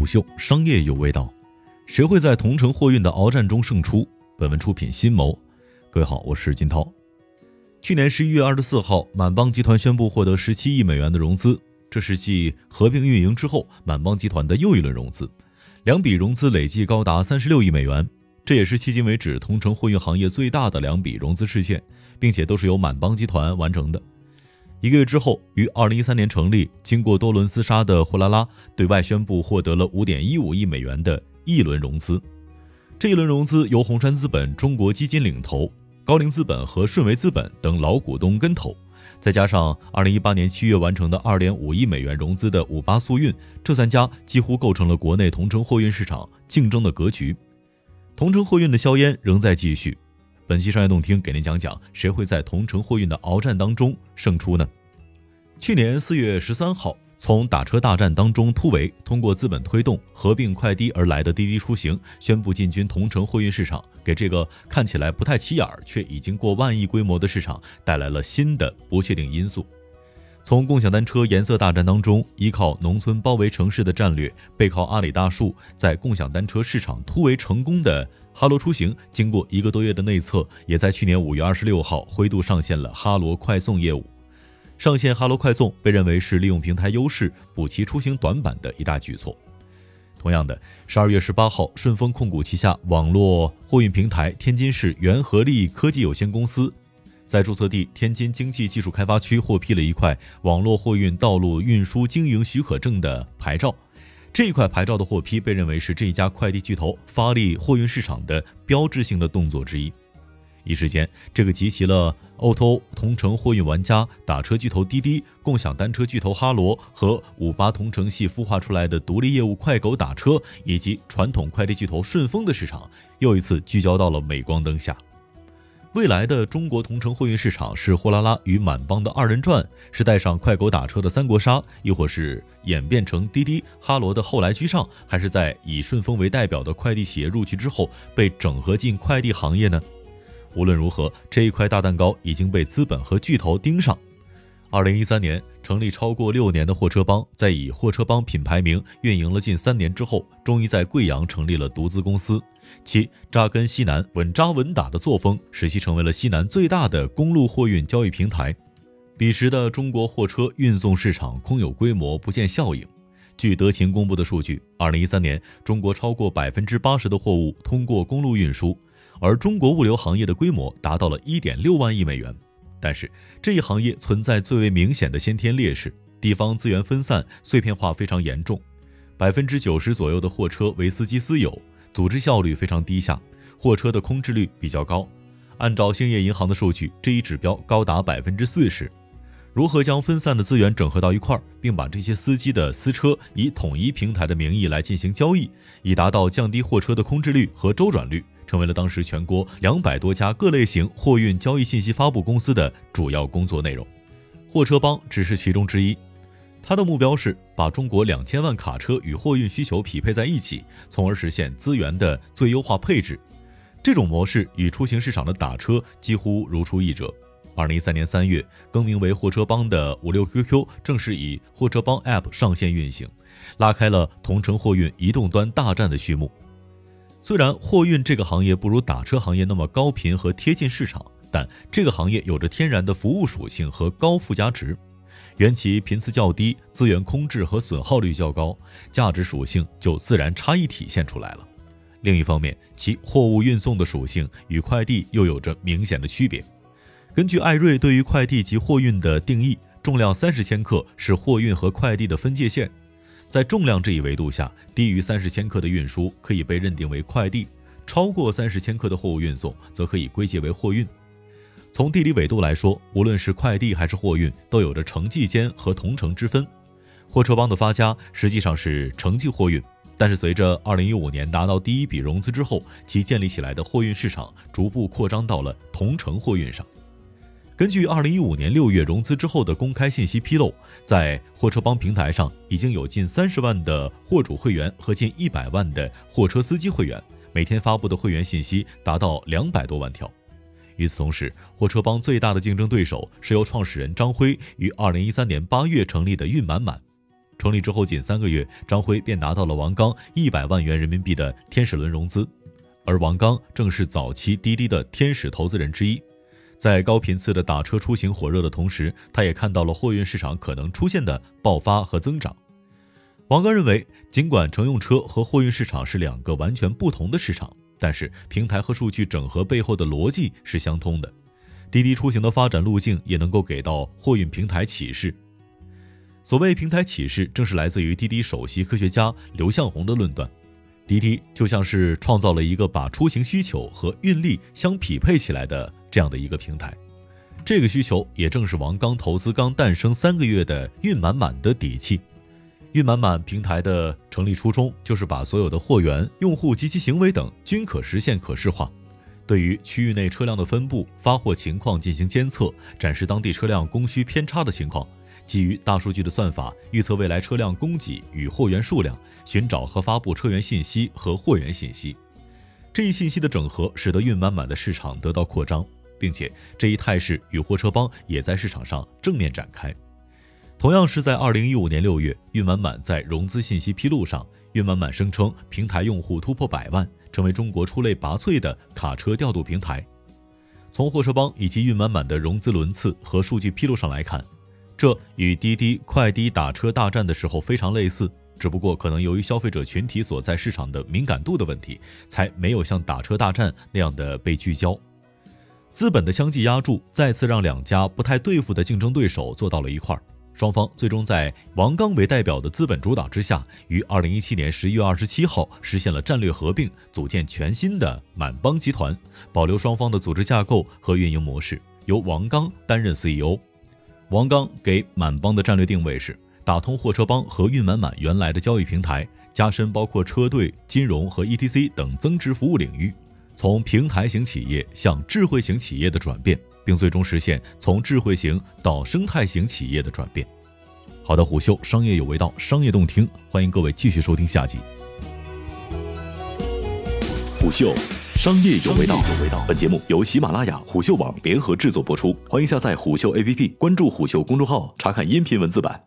虎嗅，商业有味道。谁会在同城货运的鏖战中胜出？本文出品新谋。各位好，我是金涛。去年11月24号，满帮集团宣布获得17亿美元的融资，这是继合并运营之后满帮集团的又一轮融资，两笔融资累计高达36亿美元，这也是迄今为止同城货运行业最大的两笔融资事件，并且都是由满帮集团完成的。1个月之后，于2013年成立，经过多轮厮杀的货拉拉对外宣布获得了5.15亿美元的一轮融资。这一轮融资由红杉资本中国基金领投，高瓴资本和顺为资本等老股东跟投，再加上2018年7月完成的2.5亿美元融资的58速运，这三家几乎构成了国内同城货运市场竞争的格局。同城货运的硝烟仍在继续。本期商业动听给您讲讲谁会在同城货运的鏖战当中胜出呢？去年4月13号，从打车大战当中突围，通过资本推动合并快滴而来的滴滴出行宣布进军同城货运市场，给这个看起来不太起眼却已经过万亿规模的市场带来了新的不确定因素。从共享单车颜色大战当中依靠农村包围城市的战略，背靠阿里大树，在共享单车市场突围成功的哈罗出行，经过1个多月的内测，也在去年5月26号灰度上线了哈罗快送业务。上线哈罗快送被认为是利用平台优势补齐出行短板的一大举措。同样的，12月18号，顺丰控股旗下网络货运平台天津市元合力科技有限公司在注册地天津经济技术开发区获批了一块网络货运道路运输经营许可证的牌照。这一块牌照的获批被认为是这一家快递巨头发力货运市场的标志性的动作之一。一时间，这个集齐了O2O同城货运玩家、打车巨头滴滴、共享单车巨头哈罗和58同城系孵化出来的独立业务快狗打车，以及传统快递巨头顺丰的市场，又一次聚焦到了镁光灯下。未来的中国同城货运市场是货拉拉与满帮的二人转，是带上快狗打车的三国杀，亦或是演变成滴滴、哈罗的后来居上，还是在以顺丰为代表的快递企业入局之后被整合进快递行业呢？无论如何，这一块大蛋糕已经被资本和巨头盯上。2013年成立超过6年的货车帮，在以货车帮品牌名运营了近3年之后，终于在贵阳成立了独资公司。其扎根西南、稳扎稳打的作风，使其成为了西南最大的公路货运交易平台。彼时的中国货车运送市场空有规模，不见效应。据德勤公布的数据，2013年中国超过80%的货物通过公路运输，而中国物流行业的规模达到了1.6万亿美元。但是这一行业存在最为明显的先天劣势，地方资源分散，碎片化非常严重，90%左右的货车为司机私有，组织效率非常低下，货车的空置率比较高。按照兴业银行的数据，这一指标高达40%。如何将分散的资源整合到一块，并把这些司机的私车以统一平台的名义来进行交易，以达到降低货车的空置率和周转率，成为了当时全国200多家各类型货运交易信息发布公司的主要工作内容。货车帮只是其中之一，它的目标是把中国2000万卡车与货运需求匹配在一起，从而实现资源的最优化配置。这种模式与出行市场的打车几乎如出一辙。2013年3月，更名为货车帮的56QQ正式以货车帮 App 上线运行，拉开了同城货运移动端大战的序幕。虽然货运这个行业不如打车行业那么高频和贴近市场，但这个行业有着天然的服务属性和高附加值，缘其频次较低，资源空置和损耗率较高，价值属性就自然差异体现出来了。另一方面，其货物运送的属性与快递又有着明显的区别。根据艾瑞对于快递及货运的定义，重量30千克是货运和快递的分界线。在重量这一维度下，低于30千克的运输可以被认定为快递，超过30千克的货物运送则可以归结为货运。从地理纬度来说，无论是快递还是货运，都有着城际间和同城之分。货车帮的发家实际上是城际货运，但是随着2015年拿到第一笔融资之后，其建立起来的货运市场逐步扩张到了同城货运上。根据2015年6月融资之后的公开信息披露，在货车帮平台上已经有近30万的货主会员和近100万的货车司机会员，每天发布的会员信息达到200多万条。与此同时，货车帮最大的竞争对手是由创始人张辉于2013年8月成立的运满满。 成立之后仅3个月，张辉便拿到了王刚100万元人民币的天使轮融资，而王刚正是早期滴滴的天使投资人之一。在高频次的打车出行火热的同时，他也看到了货运市场可能出现的爆发和增长。王刚认为，尽管乘用车和货运市场是2个完全不同的市场，但是平台和数据整合背后的逻辑是相通的。滴滴出行的发展路径也能够给到货运平台启示。所谓平台启示，正是来自于滴滴首席科学家刘向红的论断。滴滴就像是创造了一个把出行需求和运力相匹配起来的这样的一个平台。这个需求也正是王刚投资刚诞生3个月的运满满的底气。运满满平台的成立初衷就是把所有的货源、用户及其行为等均可实现可视化，对于区域内车辆的分布、发货情况进行监测，展示当地车辆供需偏差的情况，基于大数据的算法预测未来车辆供给与货源数量，寻找和发布车源信息和货源信息。这一信息的整合使得运满满的市场得到扩张，并且这一态势与货车帮也在市场上正面展开。同样是在2015年6月，运满满在融资信息披露上，运满满声称平台用户突破100万，成为中国出类拔萃的卡车调度平台。从货车帮以及运满满的融资轮次和数据披露上来看，这与滴滴快滴打车大战的时候非常类似，只不过可能由于消费者群体所在市场的敏感度的问题，才没有像打车大战那样的被聚焦。资本的相继压注，再次让2家不太对付的竞争对手坐到了一块儿。双方最终在王刚为代表的资本主导之下，于2017年11月27号实现了战略合并，组建全新的满帮集团，保留双方的组织架构和运营模式，由王刚担任 CEO。 王刚给满帮的战略定位是打通货车帮和运满满原来的交易平台，加深包括车队、金融和 ETC 等增值服务领域，从平台型企业向智慧型企业的转变，并最终实现从智慧型到生态型企业的转变。好的，虎嗅商业有味道，商业动听，欢迎各位继续收听下集。 虎嗅商业有味道，本节目由喜马拉雅、虎嗅网联合制作播出，欢迎下载虎嗅 APP， 关注虎嗅公众号，查看音频文字版。